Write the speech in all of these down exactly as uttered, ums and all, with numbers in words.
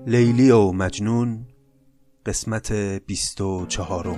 لیلی و مجنون قسمت بیست و چهارم.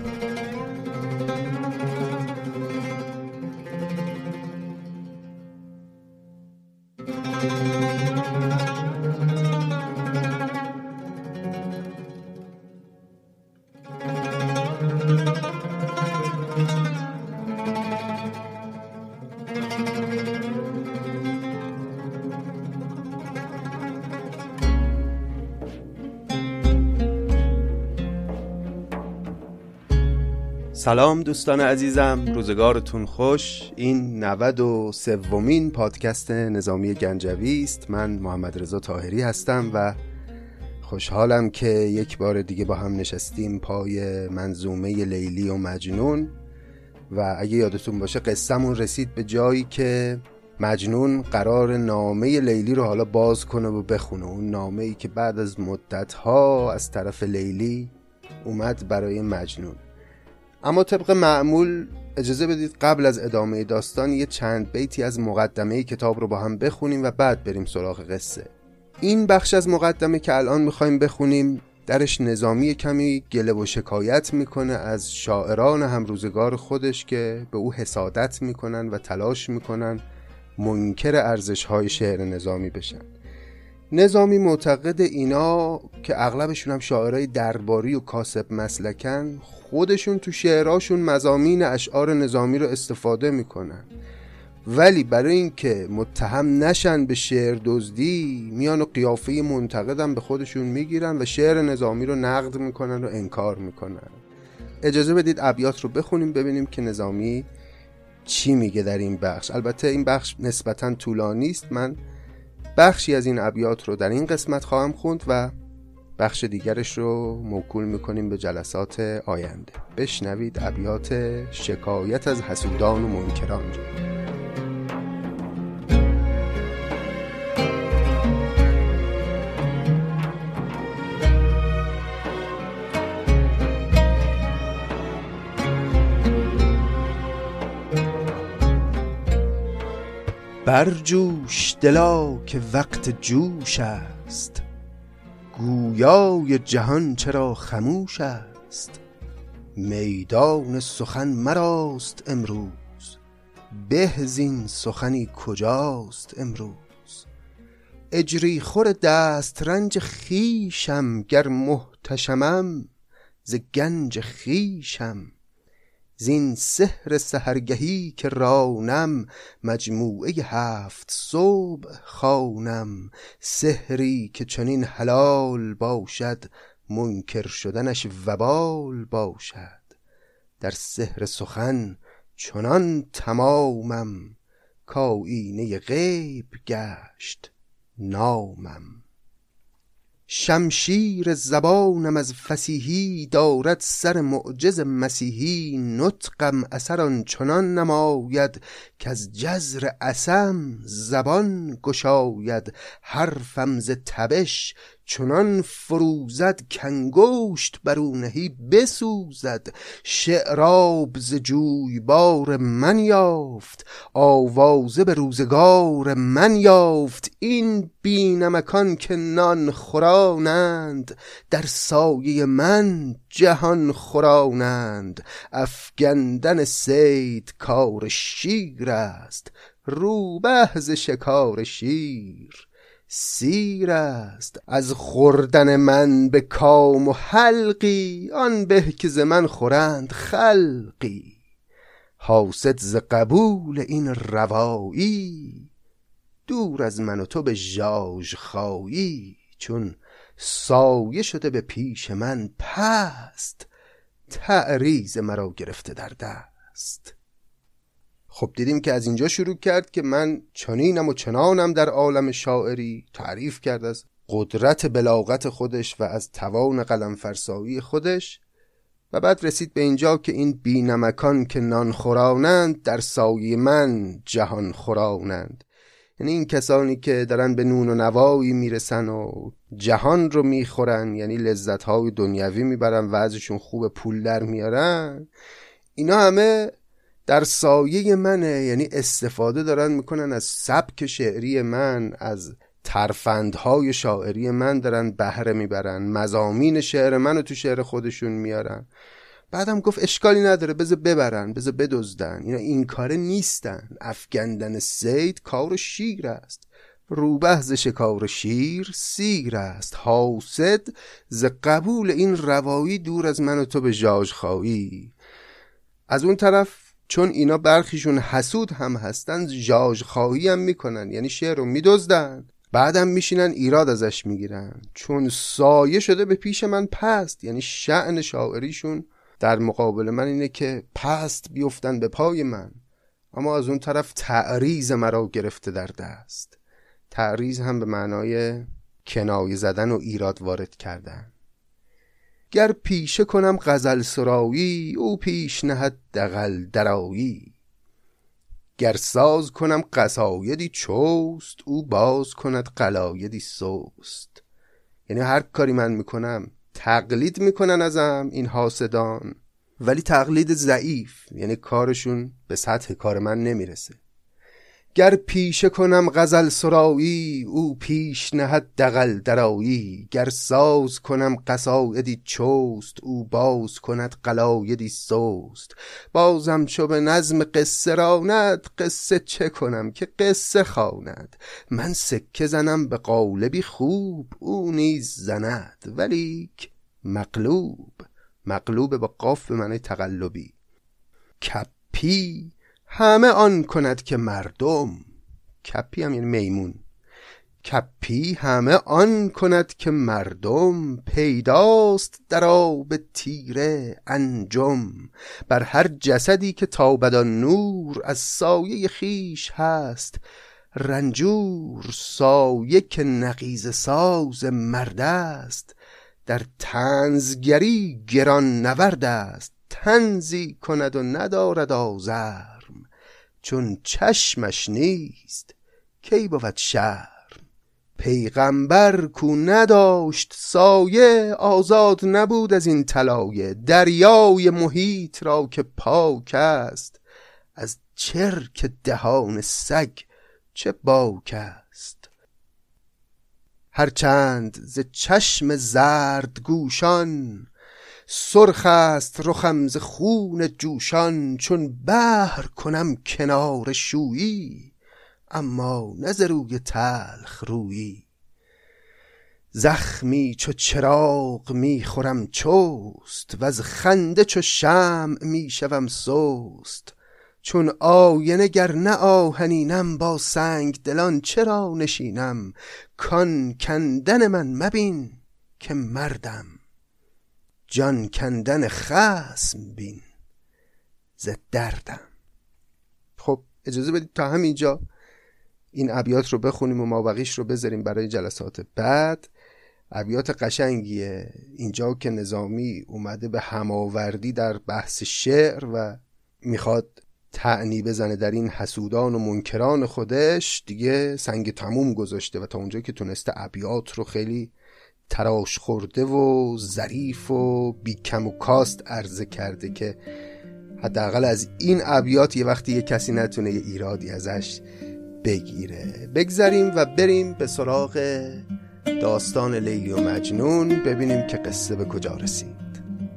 سلام دوستان عزیزم، روزگارتون خوش. این نود و سومین پادکست نظامی گنجوی است. من محمد رضا طاهری هستم و خوشحالم که یک بار دیگه با هم نشستیم پای منظومه لیلی و مجنون. و اگه یادتون باشه قصه‌مون رسید به جایی که مجنون قرار نامه لیلی رو حالا باز کنه و بخونه، اون نامه‌ای که بعد از مدت‌ها از طرف لیلی اومد برای مجنون. اما طبق معمول اجازه بدید قبل از ادامه داستان یه چند بیتی از مقدمه کتاب رو با هم بخونیم و بعد بریم سراغ قصه. این بخش از مقدمه که الان میخوایم بخونیم درش نظامی کمی گله و شکایت میکنه از شاعران همروزگار خودش که به او حسادت میکنن و تلاش میکنن منکر ارزش‌های شعر نظامی بشن. نظامی معتقد اینا که اغلبشون هم شاعرای درباری و کاسب مسلکن، خودشون تو شعراشون مضامین اشعار نظامی رو استفاده میکنن، ولی برای اینکه متهم نشن به شعر دزدی میان و قیافه منتقدم به خودشون میگیرن و شعر نظامی رو نقد میکنن و انکار میکنن. اجازه بدید ابیات رو بخونیم ببینیم که نظامی چی میگه در این بخش. البته این بخش نسبتاً طولانی است، من بخشی از این ابیات رو در این قسمت خواهم خوند و بخش دیگرش رو موکول میکنیم به جلسات آینده. بشنوید ابیات شکایت از حسودان و منکران رو. برجوش دلا که وقت جوش است، گویای جهان چرا خموش است. میدان سخن مراست امروز، به زین سخنی کجاست امروز. اجری خور دست رنج خیشم، گر محتشمم ز گنج خیشم. زین سحر سحرگهی که رانم، مجموعه هفت صبح خوانم. سحری که چنین حلال باشد، منکر شدنش وبال باشد. در سحر سخن چنان تمامم، کآیینه غیب گشت نامم. شمشیر زبانم از فصیحی، دارد سر معجز مسیحی. نطقم اثر آنچنان نماید، کز جزر عصم زبان گشاید. حرفم ز تبش چنان فروزد، کانگشت بر او نهی بسوزد. شعراب ز جویبار من یافت، آوازه به روزگار من یافت. این بینمکان که نان خورانند، در سایه من جهان خورانند. افگندن صید کار شیر است، روبه ز شکار شیر سیر است. از خوردن من به کام و حلقی، آن به که ز من خورند خلقی. حاسد ز قبول این روایی، دور از من و تو به ژاژ خایی. چون سایه شده به پیش من پست، تعریض مرا گرفته در دست. خب دیدیم که از اینجا شروع کرد که من چنینم و چنانم در عالم شاعری. تعریف کرد از قدرت بلاغت خودش و از توان قلم فرسایی خودش و بعد رسید به اینجا که این بینمکان که نان خورانند، در سایه من جهان خورانند. یعنی این کسانی که دارن به نون و نوایی میرسن و جهان رو میخورن، یعنی لذت‌های دنیوی میبرن و ازشون خوب پول در میارن، اینا همه در سایه منه. یعنی استفاده دارن میکنن از سبک شعری من، از ترفندهای شاعری من دارن بهره میبرن، مضامین شعر منو تو شعر خودشون میارن. بعدم گفت اشکالی نداره، بذار ببرن، بذار بدزدن، اینا این کاره نیستن. افگندن صید کار شیر است، روبه ز شکار شیر سیر است. حاسد ز قبول این روایی دور از من و تو به ژاژخایی. از اون طرف چون اینا برخیشون حسود هم هستن، ژاژخایی هم میکنن، یعنی شعر رو میدزدن، بعدم میشینن ایراد ازش میگیرن چون سایه شده به پیش من پست. یعنی شأن شاعریشون در مقابل من اینه که پست بیفتن به پای من، اما از اون طرف تعریض مرا گرفته در دست. تعریض هم به معنای کنایه زدن و ایراد وارد کردن. گر پیشه کنم غزل سرایی، او پیش نهد دغل درایی. گر ساز کنم قصایدی چوست، او باز کند قلایدی سست. یعنی هر کاری من میکنم تقلید میکنن ازم این حاسدان، ولی تقلید ضعیف، یعنی کارشون به سطح کار من نمیرسه. گر پیشه کنم غزل سرایی، او پیش نهد دغل درایی. گر ساز کنم قصایدی چوست، او باز کند قلایدی سست. بازم چو به نظم قصه راند، قصه چه کنم که قصه خواند. من سکه زنم به قالبی خوب، او نیز زند ولیک مقلوب. مقلوب با قاف به معنی تقلبی. کپی همه آن کند که مردم، کپی هم یعنی میمون. کپی همه آن کند که مردم، پیداست در آب تیره انجم. بر هر جسدی که تابد آن نور، از سایه خیش هست رنجور. سایه که نقیض ساز مرد است، در طنزگری گران نورد است. طنزی کند و ندارد آزرم، چون چشمش نیست کی بود شرم. پیغمبر کو نداشت سایه، آزاد نبود از این طلایه. دریای محیط را که پاک است، از چرک دهان سگ چه باک است. هرچند ز چشم زرد گوشان، سرخ است رخم ز خون جوشان. چون بحر کنم کنار شویی، اما نه ز روی تلخ رویی. زخمی چو چراغ می خورم چست، و از خنده چو شمع می شوم سست. چون آینه گر نه آهنینم، با سنگ دلان چرا نشینم. کان کندن من مبین که مردم، جان کندن خصم بین ز دردم. خب اجازه بدید تا همینجا این ابیات رو بخونیم و مابقیش رو بذاریم برای جلسات بعد. ابیات قشنگیه اینجا که نظامی اومده به هماوردی در بحث شعر و میخواد تعنی بزنه در این حسودان و منکران خودش. دیگه سنگ تموم گذاشته و تا اونجا که تونسته ابیات رو خیلی تراش خورده و ظریف و بی کم و کاست عرضه کرده که حداقل از این ابیات یه وقتی یه کسی نتونه یه ایرادی ازش بگیره. بگذاریم و بریم به سراغ داستان لیلی و مجنون، ببینیم که قصه به کجا رسید.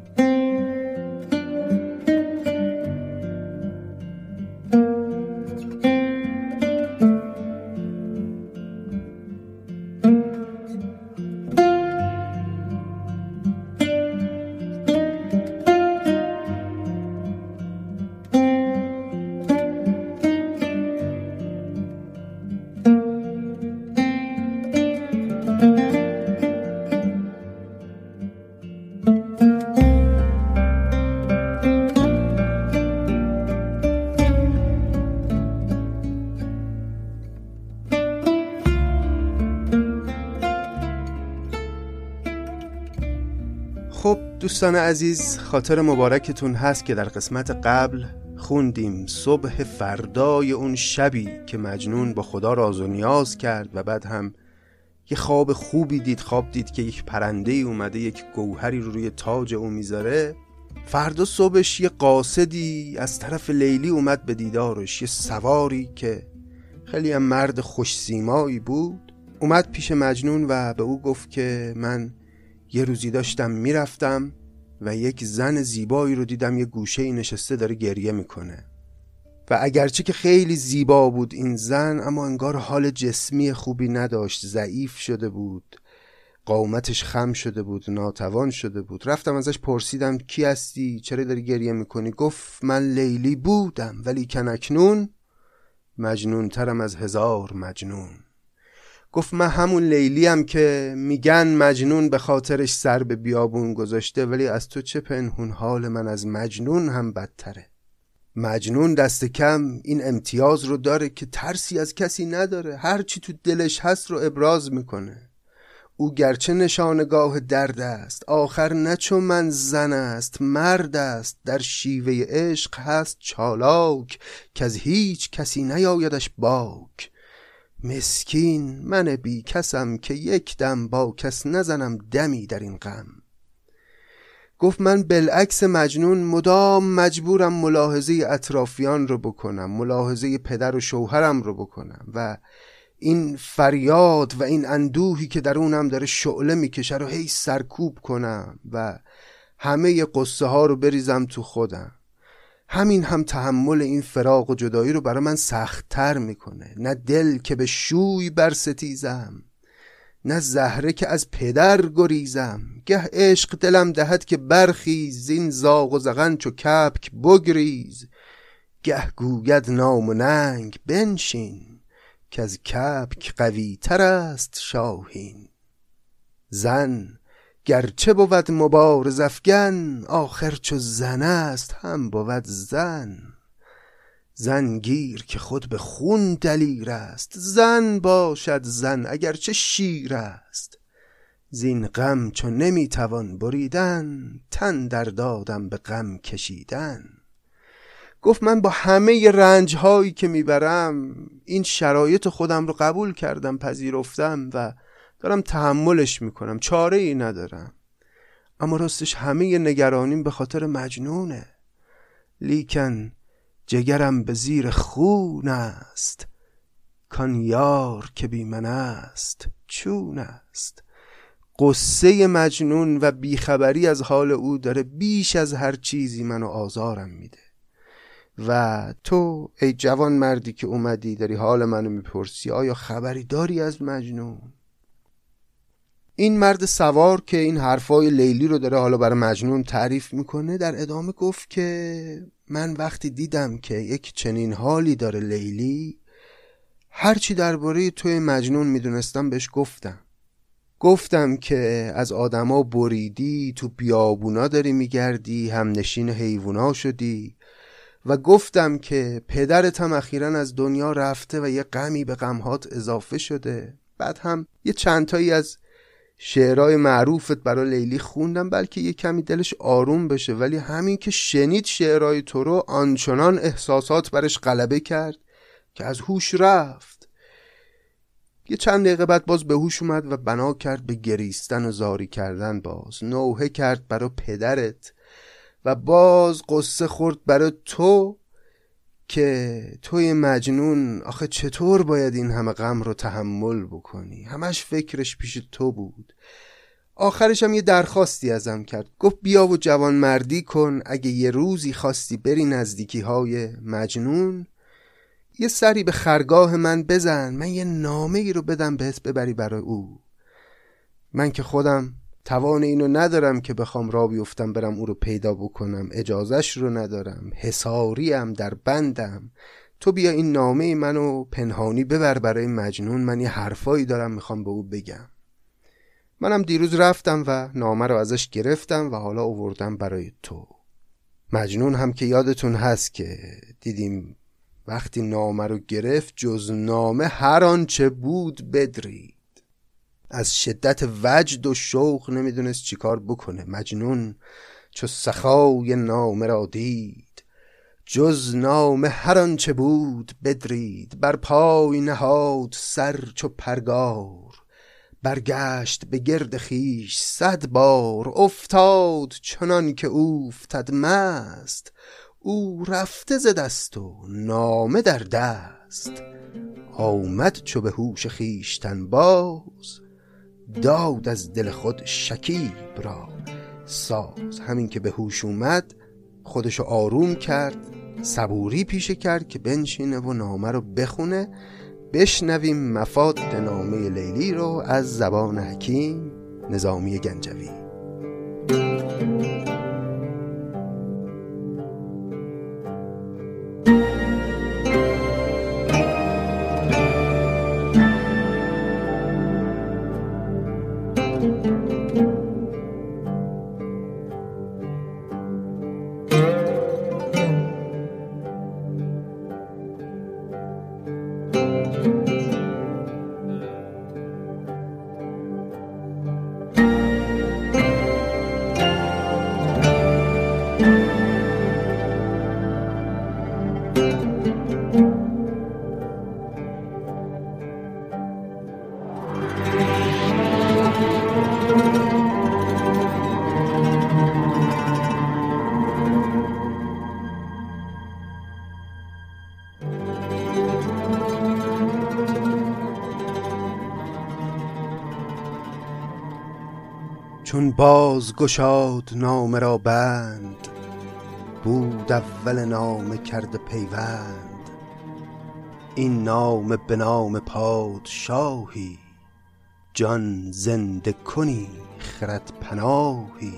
خب دوستان عزیز، خاطر مبارکتون هست که در قسمت قبل خوندیم صبح فردای اون شبی که مجنون با خدا راز و نیاز کرد و بعد هم یه خواب خوبی دید. خواب دید که یک پرنده اومده یک گوهری رو روی تاج اون میذاره. فردا صبحش یه قاصدی از طرف لیلی اومد به دیدارش، یه سواری که خیلی هم مرد خوش سیمایی بود اومد پیش مجنون و به او گفت که من یه روزی داشتم میرفتم و یک زن زیبایی رو دیدم یه گوشه‌ای نشسته داره گریه میکنه و اگرچه که خیلی زیبا بود این زن، اما انگار حال جسمی خوبی نداشت، ضعیف شده بود، قامتش خم شده بود، ناتوان شده بود. رفتم ازش پرسیدم کی هستی؟ چرا داری گریه میکنی؟ گفت من لیلی بودم ولی کنکنون مجنون ترم از هزار مجنون. گفت من همون لیلیم که میگن مجنون به خاطرش سر به بیابون گذاشته، ولی از تو چه پنهون، حال من از مجنون هم بدتره. مجنون دست کم این امتیاز رو داره که ترسی از کسی نداره، هر چی تو دلش هست رو ابراز میکنه. او گرچه نشانگاه درد است، آخر نه چون من زن است مرد است. در شیوه عشق هست چالاک، که از هیچ کسی نیایدش باک. مسکین من بی کسم که یک دم با کس نزنم دمی در این غم. گفت من بالعکس مجنون مدام مجبورم ملاحظه اطرافیان رو بکنم، ملاحظه پدر و شوهرم رو بکنم و این فریاد و این اندوهی که درونم داره شعله میکشه رو هی سرکوب کنم و همه قصه ها رو بریزم تو خودم. همین هم تحمل این فراق و جدایی رو برای من سخت‌تر میکنه. نه دل که به شوی برستیزم، نه زهره که از پدر گریزم. گه عشق دلم دهد که برخیز، زین زاغ و زغن چو کپک بگریز. گه گوید نام و ننگ بنشین، که از کپک قوی تر است شاهین. زن گرچه بود مبارز افگن، آخر چو زن است هم بود زن. زن گیر که خود به خون دلیر است، زن باشد زن اگرچه شیر است. زین غم چو نمیتوان بریدن، تن در دادم به غم کشیدن. گفت من با همه رنج هایی که میبرم این شرایط خودم رو قبول کردم، پذیرفتم و دارم تحملش میکنم، چاره ای ندارم. اما راستش همه نگرانیم به خاطر مجنونه. لیکن جگرم به زیر خون است، کان یار که بی من است چون است. قصه مجنون و بیخبری از حال او داره بیش از هر چیزی منو آزارم میده. و تو ای جوان مردی که اومدی داری حال منو میپرسی، آیا خبری داری از مجنون؟ این مرد سوار که این حرفای لیلی رو داره حالا برای مجنون تعریف میکنه، در ادامه گفت که من وقتی دیدم که یک چنین حالی داره لیلی، هرچی درباره توی مجنون میدونستم بهش گفتم. گفتم که از آدما بریدی، تو بیابونا داری میگردی، هم نشین حیوونا شدی. و گفتم که پدرت هم اخیراً از دنیا رفته و یه غمی به غمهات اضافه شده. بعد هم یه چندتایی از شعرهای معروفت برای لیلی خوندم بلکه یه کمی دلش آروم بشه، ولی همین که شنید شعرهای تو رو آنچنان احساسات برش غلبه کرد که از هوش رفت. یه چند دقیقه بعد باز به هوش اومد و بنا کرد به گریستن و زاری کردن. باز نوحه کرد برای پدرت و باز قصه خورد برای تو که توی مجنون آخه چطور باید این همه غم رو تحمل بکنی، همش فکرش پیش تو بود. آخرش هم یه درخواستی ازم کرد، گفت بیا و جوان مردی کن، اگه یه روزی خواستی بری نزدیکی های مجنون یه سری به خرگاه من بزن، من یه نامه ای رو بدم بهت ببری برای او. من که خودم توان اینو ندارم که بخوام راه بیفتم برم او رو پیدا بکنم، اجازهش رو ندارم، حصاریم، در بندم. تو بیا این نامه منو پنهانی ببر برای مجنون، من یه حرفایی دارم میخوام به او بگم. منم دیروز رفتم و نامه رو ازش گرفتم و حالا آوردم برای تو. مجنون هم که یادتون هست که دیدیم وقتی نامه رو گرفت جز نامه هر آنچه بود بدرید. از شدت وجد و شوق نمیدونست چیکار بکنه. مجنون چو سخای نامه را دید، جز نامه هر آنچه بود بدرید. بر پای نهاد سر چو پرگار، برگشت به گرد خیش صد بار. افتاد چنان که اوفتد مست، او رفته ز دست و نامه در دست. دست. آمد چو به هوش خویشتن باز، داد از دل خود شکیب را ساز. همین که به هوش اومد خودشو آروم کرد، صبوری پیشه کرد که بنشینه و نامه رو بخونه. بشنویم مفاد نامه لیلی رو از زبان حکیم نظامی گنجوی. چون باز گشاد نامه را بند، بود اول نامه کرده پیوند. این نامه به نام پادشاهی، جان زنده کنی خرد پناهی.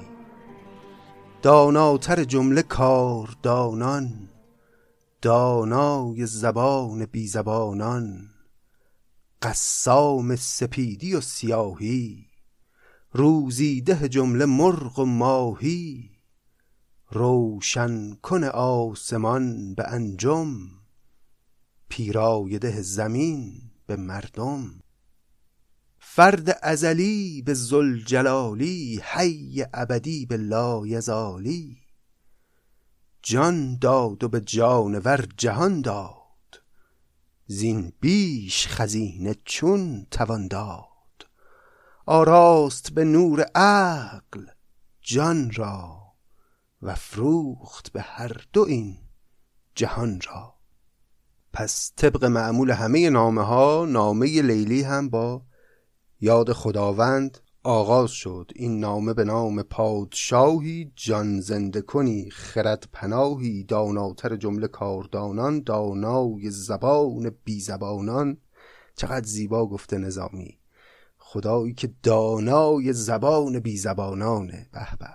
داناتر جمله کاردانان، دانای زبان بی زبانان. قسام سپیدی و سیاهی، روزیده جمله مرغ و ماهی. روشن کن آسمان به انجم، پیرایه زمین به مردم. فرد ازلی به ذوالجلالی، حی ابدی به لایزالی. جان داد و به جانور جهان داد، زین بیش خزینه چون توان داد. آراست به نور عقل جان را، و فروخت به هر دو این جهان را. پس طبق معمول همه نامه ها، نامه لیلی هم با یاد خداوند آغاز شد. این نامه به نام پادشاهی، جان زنده کنی خرد پناهی. داناتر جمله کاردانان، دانای زبان بی زبانان. چقدر زیبا گفته نظامی، خدایی که دانای زبان بی زبانانه. به به.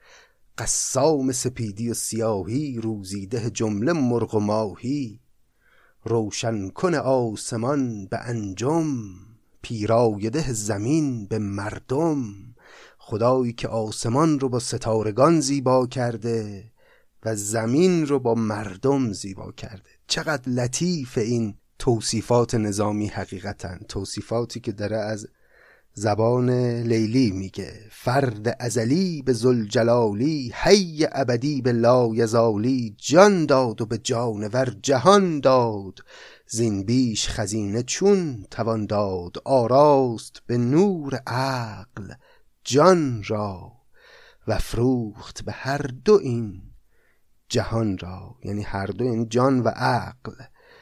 قسام سپیدی و سیاهی، روزیده جمله مرغ و ماهی. روشن کن آسمان به انجم، پیرایه زمین به مردم. خدایی که آسمان رو با ستارگان زیبا کرده و زمین رو با مردم زیبا کرده. چقدر لطیف این توصیفات نظامی، حقیقتا توصیفاتی که داره از زبان لیلی میگه. فرد ازلی به ذوالجلالی، حی ابدی به لایزالی. جان داد و به جانور جهان داد، زین بیش خزینه چون توان داد. آراست به نور عقل جان را، و فروخت به هر دو این جهان را. یعنی هر دو، یعنی جان و عقل.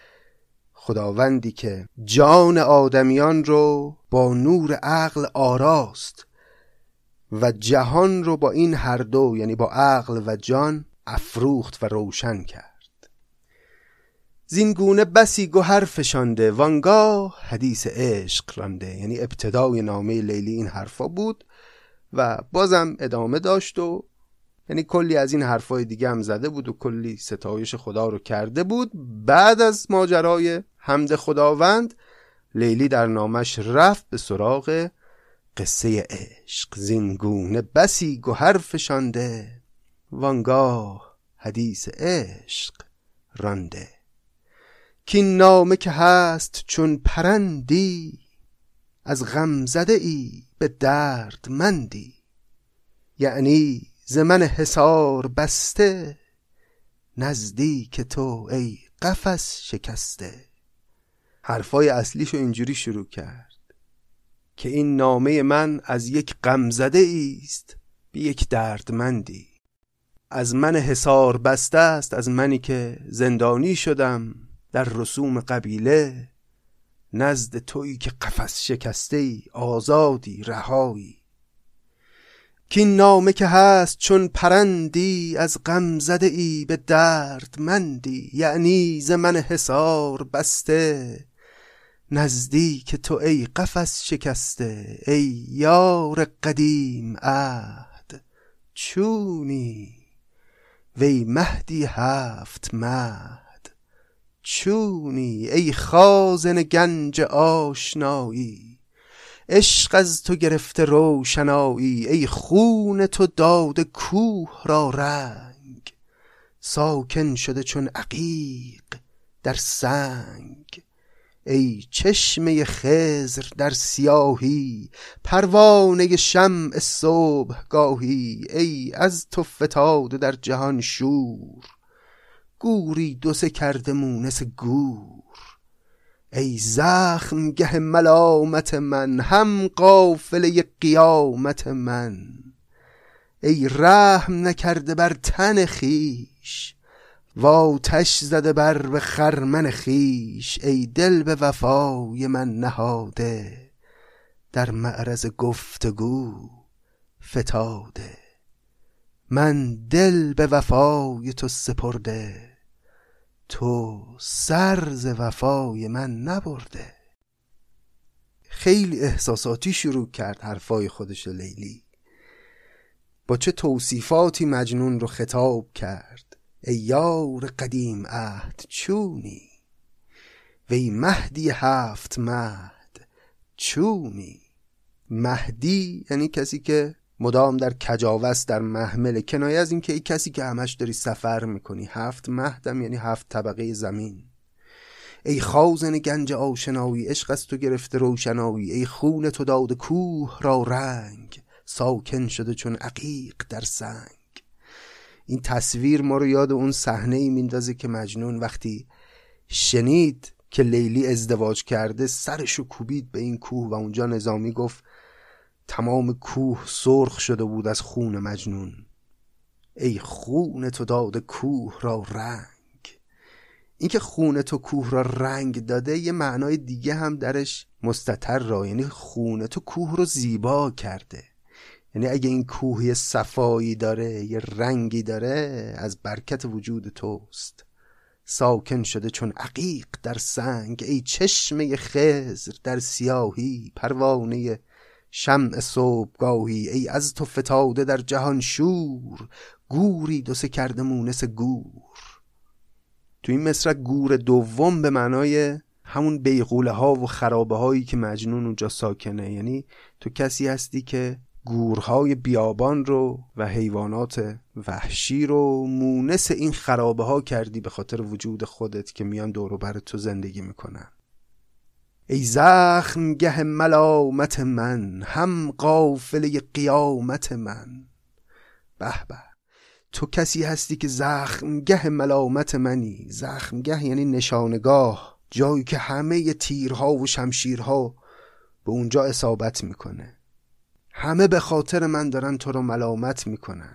خداوندی که جان آدمیان رو با نور عقل آراست و جهان رو با این هر دو، یعنی با عقل و جان، افروخت و روشن کرد. زینگونه بسی گوهر فشانده، وانگاه حدیث عشق رانده. یعنی ابتدای نامه لیلی این حرفا بود و بازم ادامه داشت و یعنی کلی از این حرفای دیگه هم زده بود و کلی ستایش خدا رو کرده بود. بعد از ماجرای حمد خداوند، لیلی در نامش رفت به سراغ قصه عشق. زینگونه بسی گوهر فشانده، وانگاه حدیث عشق رانده. کین نامه که هست چون پرندی، از غم زده ای به درد مندی. یعنی ز من حصار بسته، نزدیک تو ای قفس شکسته. حرفای اصلیشو اینجوری شروع کرد که این نامه من از یک غمزده ایست به یک دردمندی. از من حصار بسته است، از منی که زندانی شدم در رسوم قبیله، نزد تویی که قفس شکسته ای، آزادی رهایی. کین نامه که هست چون پرندی، از غم زده ای به درد مندی. یعنی ز من حصار بسته، نزدیک تو ای قفس شکسته. ای یار قدیم عهد چونی، وی مهدی هفت مهد چونی. ای خازن گنج آشنایی، عشق از تو گرفته روشنایی. ای خون تو داده کوه را رنگ، ساکن شده چون عقیق در سنگ. ای چشمه خضر در سیاهی، پروانه شمع صبحگاهی. ای از تو فتاده در جهان شور، گوری دو سه کرده مونس گور. ای زخم گه ملامت من، هم قافله قیامت من. ای رحم نکرده بر تن خیش، و آتش زده بر خرمن خیش. ای دل به وفای من نهاده، در معرض گفتگو فتاده. من دل به وفای تو سپرده، تو سر ز وفای من نبرده. خیلی احساساتی شروع کرد حرفای خودش لیلی. با چه توصیفاتی مجنون رو خطاب کرد. ای یار قدیم عهد چونی، وی مهدی هفت مهد چونی. مهدی یعنی کسی که مدام در کجاوست، در محمل، کنایه از این که ای کسی که همش داری سفر میکنی. هفت مهدم یعنی هفت طبقه زمین. ای خازن گنج آشنایی، عشق از تو گرفته روشنایی. ای خون تو داده کوه را رنگ، ساکن شده چون عقیق در سنگ. این تصویر ما رو یاد اون صحنه ای میندازه که مجنون وقتی شنید که لیلی ازدواج کرده، سرشو کوبید به این کوه و اونجا نظامی گفت تمام کوه سرخ شده بود از خون مجنون. ای خون تو داده کوه را رنگ. این که خون تو کوه را رنگ داده یه معنای دیگه هم درش مستتر را، یعنی خون تو کوه رو زیبا کرده. یعنی اگه این کوه یه صفایی داره، یه رنگی داره، از برکت وجود توست. ساکن شده چون عقیق در سنگ. ای چشمه خضر در سیاهی، پروانه شمع صبحگاهی. ای از تو فتاده در جهان شور، گوری دو سه کرده مونس گور. تو این مصرع گور دوم به معنای همون بیغوله ها و خرابه هایی که مجنون اونجا ساکنه. یعنی تو کسی هستی که گورهای بیابان رو و حیوانات وحشی رو مونس این خرابه ها کردی به خاطر وجود خودت که میان دور و بر تو زندگی میکنن. ای زخم گه ملامت من، هم قافله قیامت من. به به، تو کسی هستی که زخم گه ملامت منی. زخم گه یعنی نشانگاه، جایی که همه تیرها و شمشیرها به اونجا اصابت میکنه. همه به خاطر من دارن تو رو ملامت میکنن.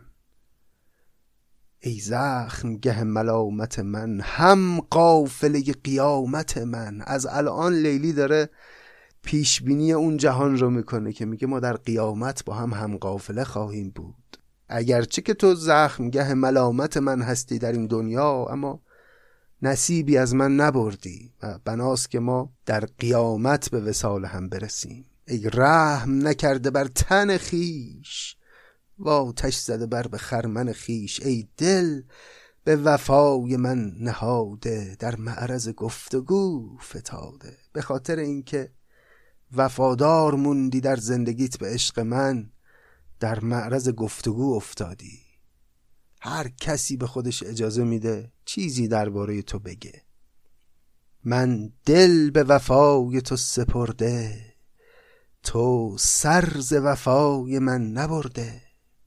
ای زخم گه ملامت من، هم قافله قیامت من. از الان لیلی داره پیشبینی اون جهان رو میکنه که میگه ما در قیامت با هم هم قافله خواهیم بود. اگرچه که تو زخم گه ملامت من هستی در این دنیا، اما نصیبی از من نبردی و بناست که ما در قیامت به وصال هم برسیم. ای رحم نکرده بر تن خیش، و آتش زده بر به خرمن خیش. ای دل به وفای من نهاده، در معرض گفتگو فتاده. به خاطر اینکه وفادار موندی در زندگیت به عشق من، در معرض گفتگو افتادی. هر کسی به خودش اجازه میده چیزی درباره تو بگه. من دل به وفای تو سپرده، تو سر ز وفای من نبرده.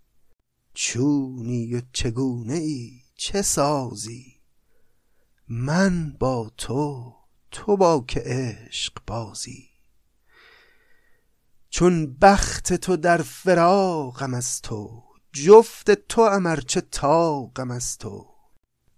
چونی و چگونه ای چه سازی، من با تو تو با که عشق بازی. چون بخت تو در فراقم از تو، جفت تو امرچه طاقم از تو.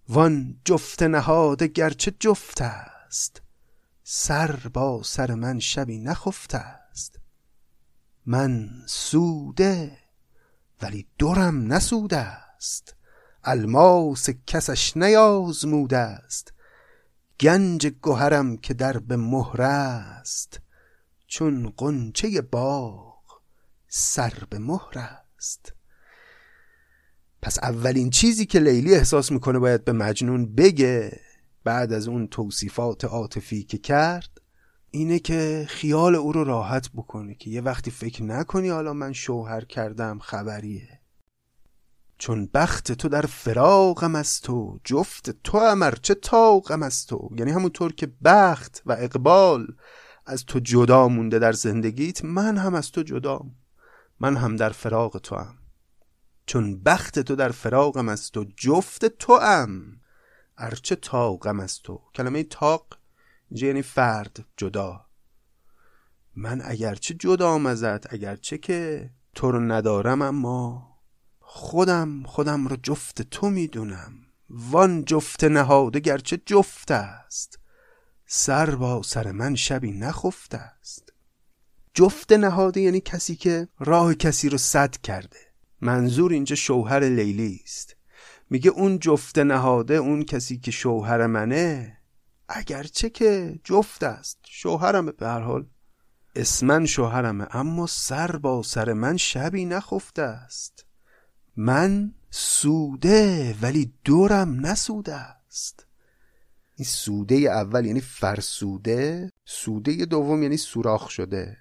وان جفت نهاده گرچه جفت است، سر با سر من شبی نخفته است. من سوده ولی درم نسوده است، الماس کسش نیازموده است. گنج گوهرم که در به مهر است، چون غنچه باغ سر به مهر است. پس اولین چیزی که لیلی احساس میکنه باید به مجنون بگه بعد از اون توصیفات عاطفی که کرد اینه که خیال او رو راحت بکنه که یه وقتی فکر نکنی حالا من شوهر کردم خبریه، چون بخت تو در فراقم از تو، جفت تو امر چه طاقم از تو. یعنی همونطور که بخت و اقبال از تو جدا مونده در زندگیت، من هم از تو جدام، من هم در فراق تو هم. چون بخت تو در فراقم از تو، جفت تو ام ارچه طاقم از تو. کلمه طاق اینجا یعنی فرد، جدا. من اگرچه جدام ازت، اگرچه که تو رو ندارم، اما خودم خودم رو جفت تو میدونم. وان جفت نهاده گرچه جفت است، سر با سر من شبی نخفته است. جفت نهاده یعنی کسی که راه کسی رو سد کرده. منظور اینجا شوهر لیلی است. میگه اون جفت نهاده، اون کسی که شوهر منه، اگرچه که جفت است، شوهرمه، به هر حال اسمن شوهرمه، اما سر با سر من شبی نخفته است. من سوده ولی دورم نسوده است. این سوده اول یعنی فرسوده، سوده دوم یعنی سوراخ شده.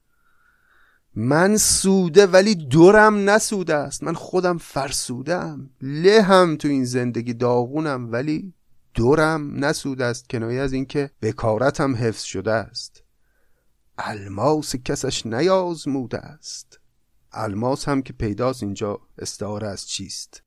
من سوده ولی دورم نسوده است. من خودم فرسودم، لهم تو این زندگی داغونم، ولی دورم نسوده است. کنایه از این که بکارتم حفظ شده است. الماس کسش نیازموده است. الماس هم که پیداست اینجا استعاره از چیست؟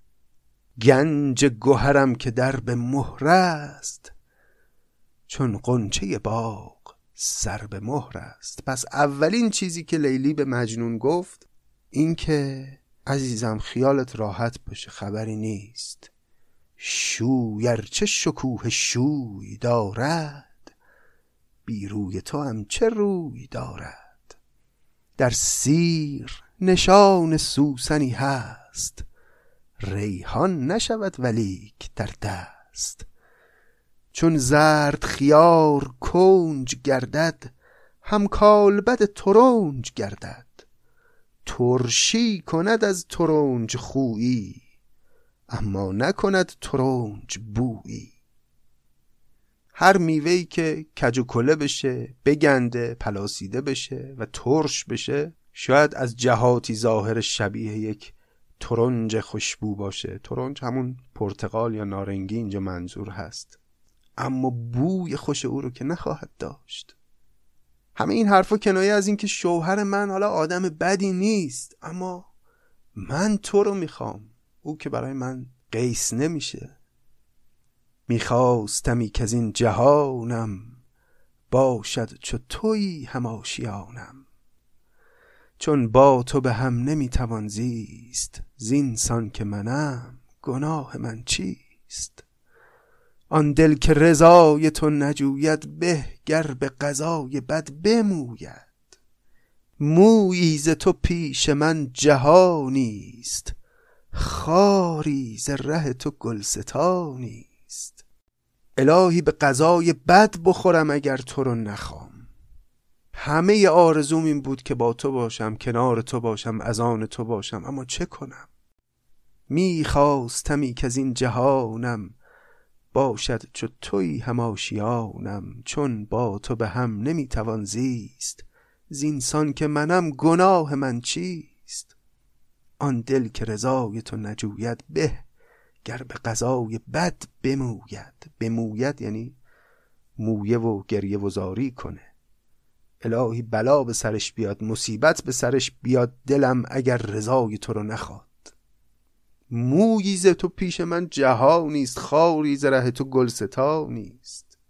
گنج گوهرم که در به مهر است، چون غنچه باغ سر به مهر است. پس اولین چیزی که لیلی به مجنون گفت این که عزیزم خیالت راحت باشه، خبری نیست. شویر چه شکوه شوی دارد، بی روی تو هم چه روی دارد. در سیر نشان سوسنی هست، ریحان نشود ولیک در دست. چون زرد خیار کنج گردد، هم کالبد ترنج گردد. ترشی کند از ترنج خویی، اما نکند ترنج بویی. هر میوهی که کج و کله بشه، بگنده، پلاسیده بشه و ترش بشه، شاید از جهاتی ظاهر شبیه یک ترنج خوشبو باشه. ترنج همون پرتقال یا نارنگی اینجا منظور هست، اما بوی خوش او رو که نخواهد داشت. همه این حرفا کنایه از این که شوهر من حالا آدم بدی نیست، اما من تو رو میخوام. او که برای من قیس نمیشه. میخواستمی که از این جهانم، باشد چو تویی هم آشیانم. چون با تو به هم نمیتوان زیست، زینسان که منم گناه من چیست. آن دل که رضای تو نجوید، به گر به قضای بد بموید. مویی ز تو پیش من جهانیست، خاری ز ره تو گلستانیست. الهی به قضای بد بخورم اگر تو رو نخوام. همه آرزوم این بود که با تو باشم، کنار تو باشم، از آن تو باشم، اما چه کنم؟ میخواستمی که از این جهانم، باشد چو تویی هم آشیانم. چون با تو به هم نمیتوان زیست، زینسان که منم گناه من چیست. آن دل که رضای تو نجوید، به گر به قضای بد بموید. بموید یعنی مویه و گریه و زاری کنه. الهی بلا به سرش بیاد، مصیبت به سرش بیاد، دلم اگر رضای تو رو نخواد. مویی ز تو پیش من جهانیست، خاری ز ره تو گلستانیست.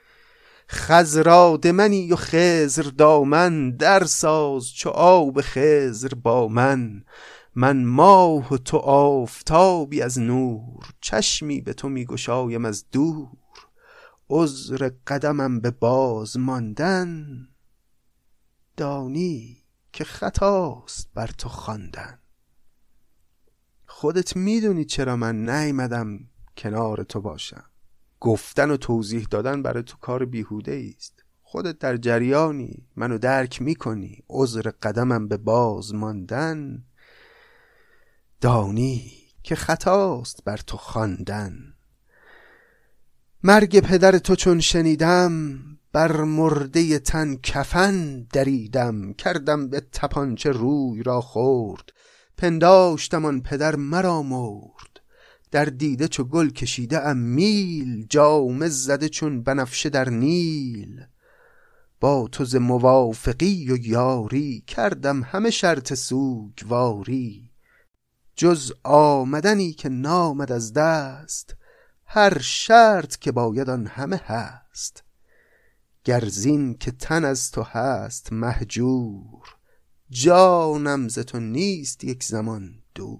خضرا دمنی و خضر دامن، در ساز چو آب خضر با من. من ماه و تو آفتابی از نور، چشمی به تو میگشایم از دور. عذر قدمم به باز ماندن، دانی که خطاست بر تو خواندن. خودت میدونی چرا من نیامدم کنار تو باشم. گفتن و توضیح دادن برای تو کار بیهوده است. خودت در جریانی، منو درک میکنی. عذر قدمم به باز ماندن، دانی که خطاست بر تو خواندن. مرگ پدر تو چون شنیدم، بر مرده تن کفن دریدم. کردم به تپانچه روی را خورد، پنداشتم آن پدر مرا مرد. در دیده چو گل کشیده ام میل، جامه زده چون بنفشه در نیل. با تو ز موافقی و یاری، کردم همه شرط سوگواری. جز آمدنی که نامد از دست، هر شرط که باید آن همه هست. گر زین که تن از تو هست مهجور، جانم ز تو نیست یک زمان دور.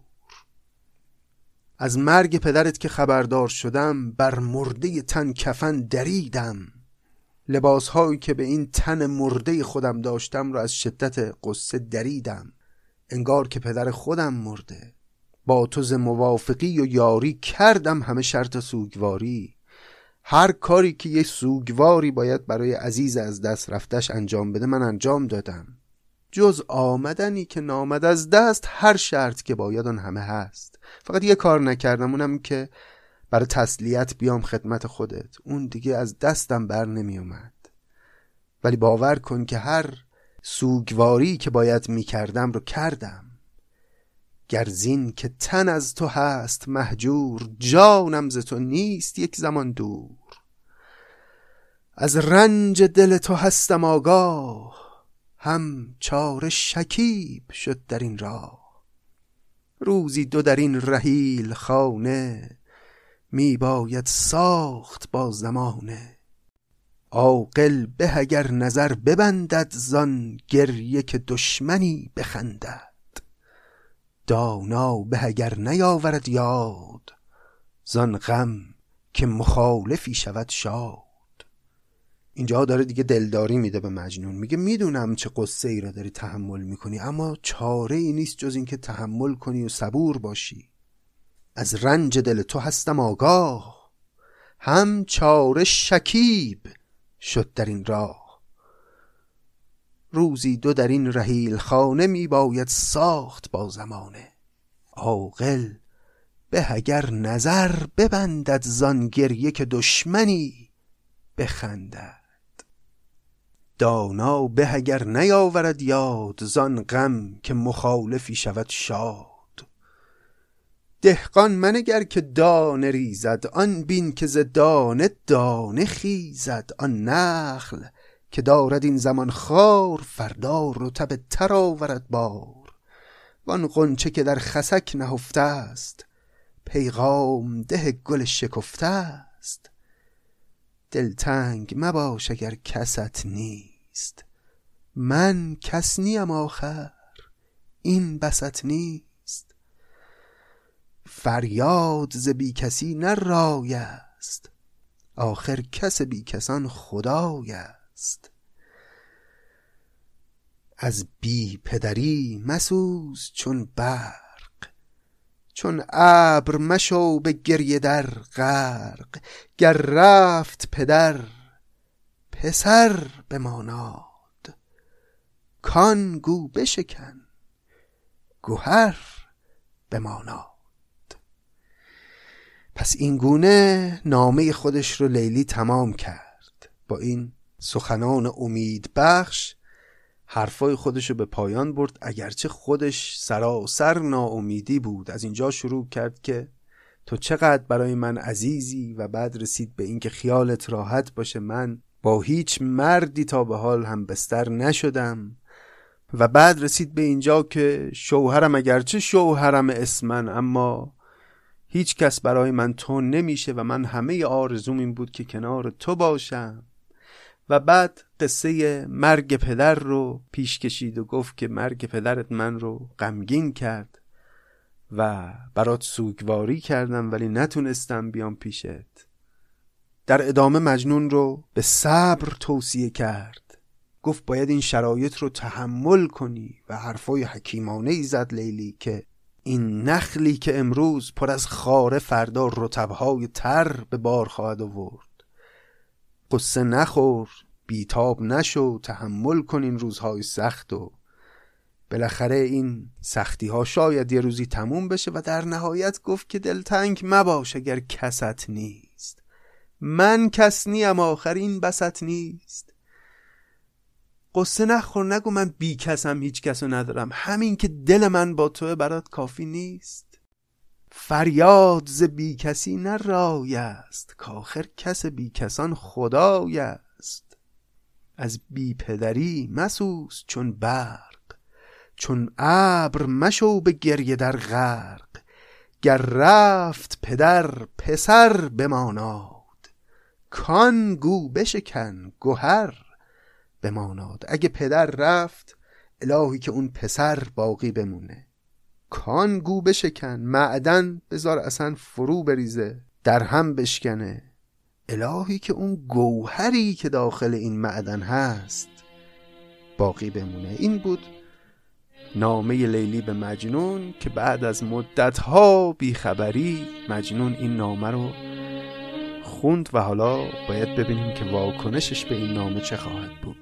از مرگ پدرت که خبردار شدم، بر مرده تن کفن دریدم. لباس هایی که به این تن مرده خودم داشتم را از شدت قصه دریدم. انگار که پدر خودم مرده. با تو ز موافقی و یاری، کردم همه شرط سوگواری. هر کاری که یه سوگواری باید برای عزیز از دست رفتش انجام بده من انجام دادم. جز آمدنی که نامد از دست، هر شرط که باید آن همه هست. فقط یه کار نکردم، اونم که برای تسلیت بیام خدمت خودت. اون دیگه از دستم بر نمی اومد. ولی باور کن که هر سوگواری که باید می کردم رو کردم. گر زین که تن از تو هست مهجور، جانم ز تو نیست یک زمان دور. از رنج دل تو هستم آگاه، هم چاره شکیب شد در این راه. روزی دو در این رحیل خانه، می باید ساخت با زمانه. عاقل به اگر نظر ببندد، زان گریه که دشمنی بخندد. دانا به اگر نیاورد یاد، زان غم که مخالفی شود شاد. اینجا داره دیگه دلداری میده به مجنون. میگه میدونم چه قصه ای را داری تحمل میکنی، اما چاره ای نیست جز این که تحمل کنی و صبور باشی. از رنج دل تو هستم آگاه، هم چاره شکیب شد در این راه. روزی دو در این رحیل خانه، می باید ساخت با زمانه. عاقل به اگر نظر ببندد، زان گریه که دشمنی بخندد. دانا به اگر نیاورد یاد، زان غم که مخالفی شود شاد. دهقان منگر که دانه ریزد، آن بین که ز دانه دانه خیزد. آن نخل که دارد این زمان خار، فردا رطب تر آورد بار. وان غنچه که در خسک نهفته است، پیغام ده گل شکفته است. دلتنگ مباش اگر کست نیست، من کس نیم آخر این بسط نیست. فریاد ز بی کسی نه رای است، آخر کس بی کسان خدای است. از بی پدری مسوز چون برق، چون ابر مشو به گریه در غرق. گر رفت پدر پسر بماناد، کان گو بشکن گوهر بماناد. پس این گونه نامه خودش رو لیلی تمام کرد. با این سخنان امید بخش حرفای خودش رو به پایان برد، اگرچه خودش سراسر ناامیدی بود. از اینجا شروع کرد که تو چقدر برای من عزیزی، و بعد رسید به این که خیالت راحت باشه من با هیچ مردی تا به حال هم بستر نشدم. و بعد رسید به اینجا که شوهرم اگرچه شوهرم اسمن، اما هیچ کس برای من تو نمیشه و من همه آرزوم این بود که کنار تو باشم. و بعد قصه مرگ پدر رو پیش کشید و گفت که مرگ پدرت من رو غمگین کرد و برات سوگواری کردم ولی نتونستم بیام پیشت. در ادامه مجنون رو به صبر توصیه کرد. گفت باید این شرایط رو تحمل کنی و حرفای حکیمانه ای زد لیلی که این نخلی که امروز پر از خاره فردا رطبهای تر به بار خواهد آورد. قصه نخور، بیتاب نشو، تحمل کن این روزهای سخت و بالاخره این سختی ها شاید یه روزی تموم بشه. و در نهایت گفت که دلتنگ مباش اگر کست نیست، من کس نیم آخرین بست نیست. قصه نخور، نگو من بی کسم، هیچ کسو ندارم، همین که دل من با توه برات کافی نیست. فریاد ز بی کسی نه رای است، کاخر کس بی کسان خدای است. از بی پدری مسوز چون برق، چون ابر مشو به گریه در غرق. گر رفت پدر پسر بماناد، کان گو بشکن گوهر بماناد. اگه پدر رفت الهی که اون پسر باقی بمونه. کان گو بشکن، معدن بذار اصلا فرو بریزه، در هم بشکنه. الهی که اون گوهری که داخل این معدن هست باقی بمونه. این بود نامه لیلی به مجنون که بعد از مدتها بیخبری مجنون این نامه رو خوند و حالا باید ببینیم که واکنشش به این نامه چه خواهد بود.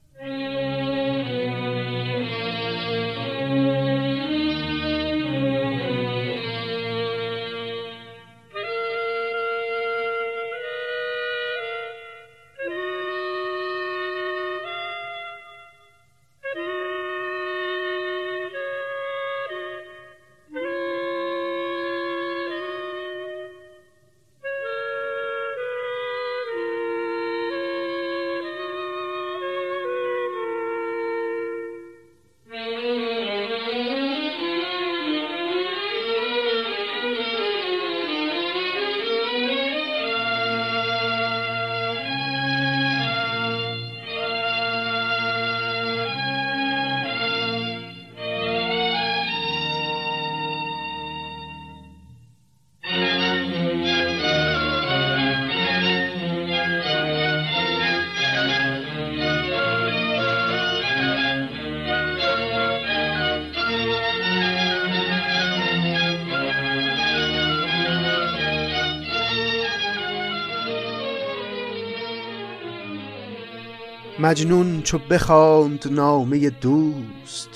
مجنون چو بخواند نامه دوست،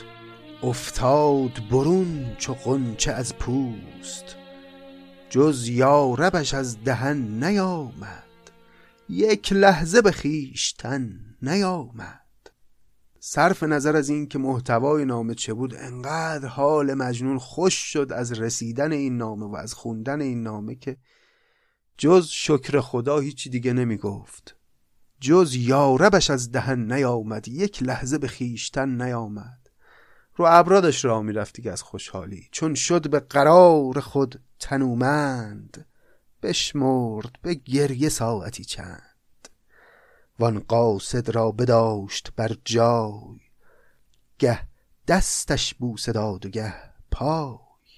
افتاد برون چو غنچه از پوست. جز یاربش از دهن نیامد، یک لحظه به خویشتن نیامد. صرف نظر از این که محتوای نامه چه بود، انقدر حال مجنون خوش شد از رسیدن این نامه و از خوندن این نامه که جز شکر خدا هیچی دیگه نمی گفت. جز یاربش از دهن نیامد، یک لحظه به خویشتن نیامد. رو ابرادش را می رفت دیگه از خوشحالی، چون شد به قرار خود تنومند. بشمرد به گریه ساعتی چند، وان قاصد را بداشت بر جای. گه دستش بوسه داد و گه پای.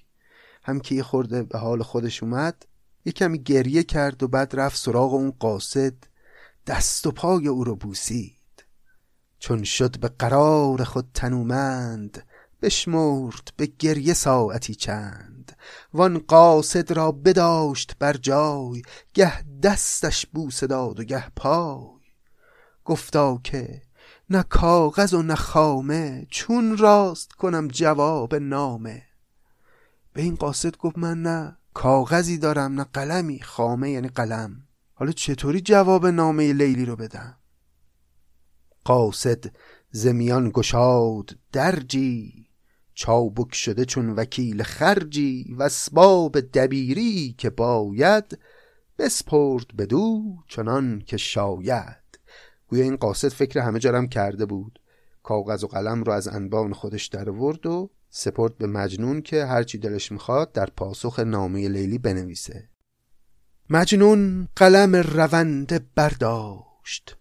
هم که یه خورده به حال خودش اومد، یه کمی گریه کرد و بعد رفت سراغ اون قاصد، دست و پای او رو بوسید. چون شد به قرار خود تنومند، بشمرد به گریه ساعتی چند. وان قاصد را بداشت بر جای، گه دستش بوسه داد و گه پای. گفتا که نه کاغذ و نه خامه، چون راست کنم جواب نامه. به این قاصد گفت من نه کاغذی دارم نه قلمی. خامه یعنی قلم. حالا چطوری جواب نامه لیلی رو بدم؟ قاصد زمیان گشاد درجی، چابک شده چون وکیل خرجی. و اسباب دبیری که باید، بسپرد بدو چنان که شاید. گویا این قاصد فکر همه جارم کرده بود، کاغذ و قلم رو از انبان خودش در آورد و سپرد به مجنون که هرچی دلش میخواد در پاسخ نامه لیلی بنویسه. مجنون قلم رونده برداشت،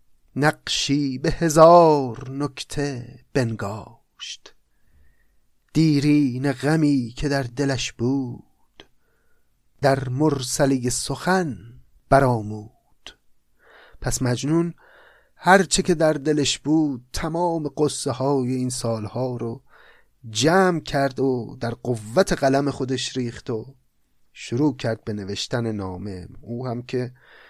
نقشی به هزار نکته بنگاشت. دیرین غمی که در دلش بود در مرسله سخن برآمود. پس مجنون هرچه که در دلش بود تمام قصه های این سالها رو جمع کرد و در قوت قلم خودش ریخت و شروع کرد به نوشتن نامه. او هم که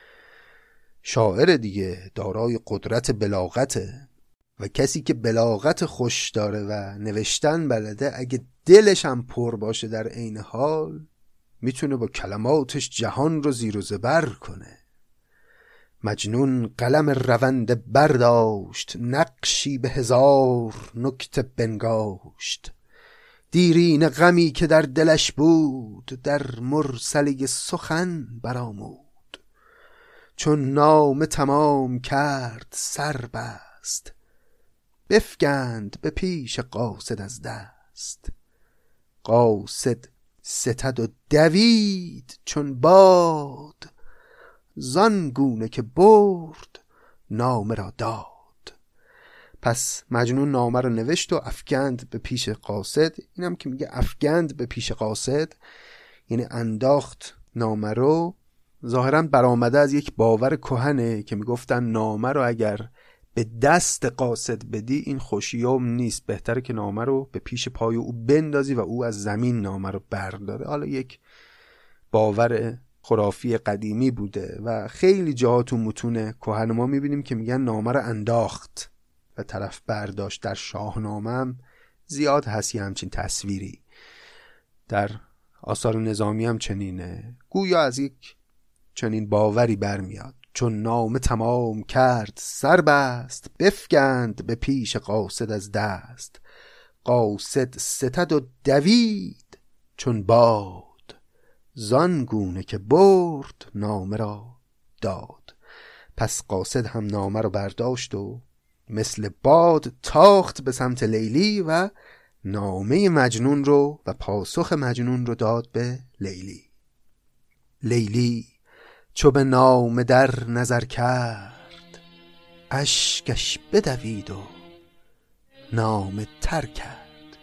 شاعر دیگه، دارای قدرت بلاغته و کسی که بلاغت خوش داره و نوشتن بلده اگه دلش هم پر باشه در عین حال میتونه با کلماتش جهان رو زیر و زبر کنه. مجنون قلم روند برداشت نقشی به هزار نکته بنگاشت. دیرین غمی که در دلش بود در مرسله سخن برآمود. چون نامه تمام کرد سر بست بفگند به پیش قاصد از دست. قاصد ستد و دوید چون باد زان گونه که برد نامه را داد. پس مجنون نامه رو نوشت و افگند به پیش قاصد. اینم که میگه افگند به پیش قاصد یعنی انداخت نامه رو. ظاهراً برآمده از یک باور کهنه که میگفتن نامه رو اگر به دست قاصد بدی این خوشیوم نیست، بهتره که نامه رو به پیش پای او بندازی و او از زمین نامه رو برداره. حالا یک باور خرافی قدیمی بوده و خیلی جاها تو متون کهن ما میبینیم که میگن نامه رو انداخت و طرف برداشت. در شاهنامه هم زیاد هست همچین تصویری، در آثار نظامی هم چنینه. گویا از یک چنین باوری برمیاد. چون نامه تمام کرد سر بست بفگند به پیش قاصد از دست. قاصد ستد و دوید چون باد زان گونه که برد نامه را داد. پس قاصد هم نامه را برداشت و مثل باد تاخت به سمت لیلی و نامه مجنون رو و پاسخ مجنون رو داد به لیلی. لیلی چو به نامه در نظر کرد اشکش بدوید و نامه تر کرد.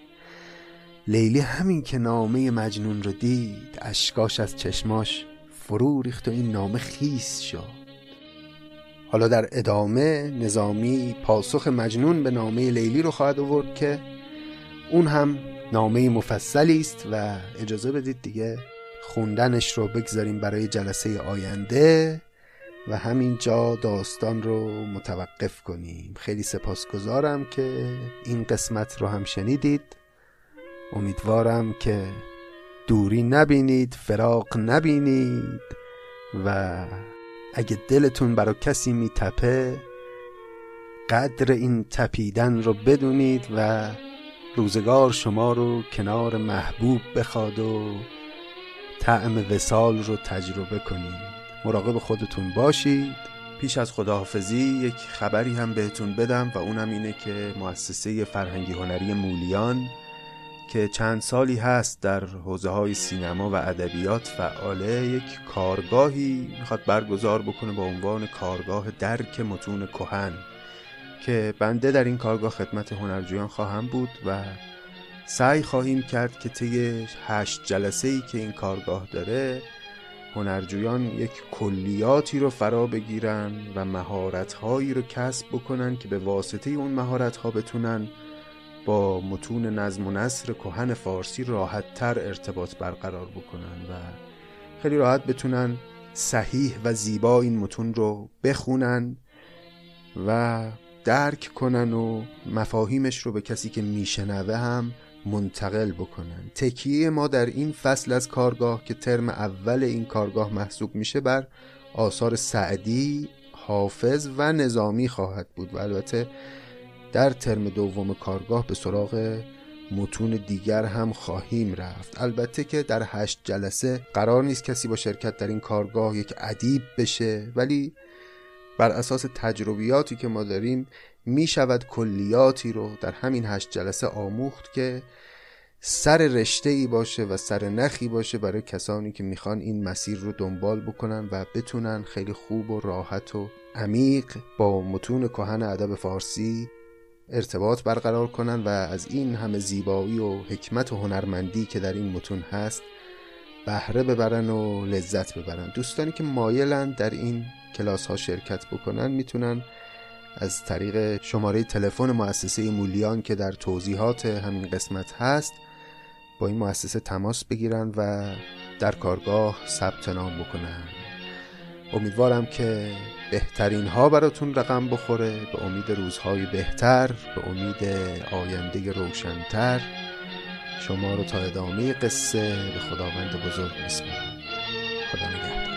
لیلی همین که نامه مجنون رو دید اشکاش از چشماش فرو ریخت و این نامه خیس شد. حالا در ادامه نظامی پاسخ مجنون به نامه لیلی رو خواهد آورد که اون هم نامه مفصلی است و اجازه بدید دیگه خوندنش رو بگذاریم برای جلسه آینده و همینجا داستان رو متوقف کنیم. خیلی سپاسگزارم که این قسمت رو هم شنیدید. امیدوارم که دوری نبینید، فراق نبینید و اگه دلتون برای کسی میتپه قدر این تپیدن رو بدونید و روزگار شما رو کنار محبوب بخواد و طعم وصال رو تجربه کنید. مراقب خودتون باشید. پیش از خداحافظی یک خبری هم بهتون بدم و اونم اینه که مؤسسه فرهنگی هنری مولیان که چند سالی هست در حوزه‌های سینما و ادبیات فعاله یک کارگاهی میخواد برگزار بکنه با عنوان کارگاه درک متون کهن که بنده در این کارگاه خدمت هنرجویان خواهم بود و سعی خواهیم کرد که طی هشت جلسه‌ای که این کارگاه داره هنرجویان یک کلیاتی رو فرا بگیرن و مهارت‌هایی رو کسب بکنن که به واسطه اون مهارت‌ها بتونن با متون نظم و نثر کهن فارسی راحت‌تر ارتباط برقرار بکنن و خیلی راحت بتونن صحیح و زیبا این متون رو بخونن و درک کنن و مفاهیمش رو به کسی که میشنوه هم منتقل بکنن. تکیه ما در این فصل از کارگاه که ترم اول این کارگاه محسوب میشه بر آثار سعدی، حافظ و نظامی خواهد بود و البته در ترم دوم کارگاه به سراغ متون دیگر هم خواهیم رفت. البته که در هشت جلسه قرار نیست کسی با شرکت در این کارگاه یک ادیب بشه، ولی بر اساس تجربیاتی که ما داریم می شود کلیاتی رو در همین هشت جلسه آموخت که سر رشته‌ای باشه و سر نخی باشه برای کسانی که میخوان این مسیر رو دنبال بکنن و بتونن خیلی خوب و راحت و عمیق با متون کهن ادب فارسی ارتباط برقرار کنن و از این همه زیبایی و حکمت و هنرمندی که در این متون هست بهره ببرن و لذت ببرن. دوستانی که مایلن در این کلاس ها شرکت بکنن میتونن از طریق شماره تلفن مؤسسه مولیان که در توضیحات همین قسمت هست با این مؤسسه تماس بگیرن و در کارگاه ثبت نام بکنن. امیدوارم که بهترین ها براتون رقم بخوره، به امید روزهای بهتر، به امید آینده روشن‌تر. شما رو تا ادامه قصه به خداوند بزرگ میسپارم. خدا نگهدار.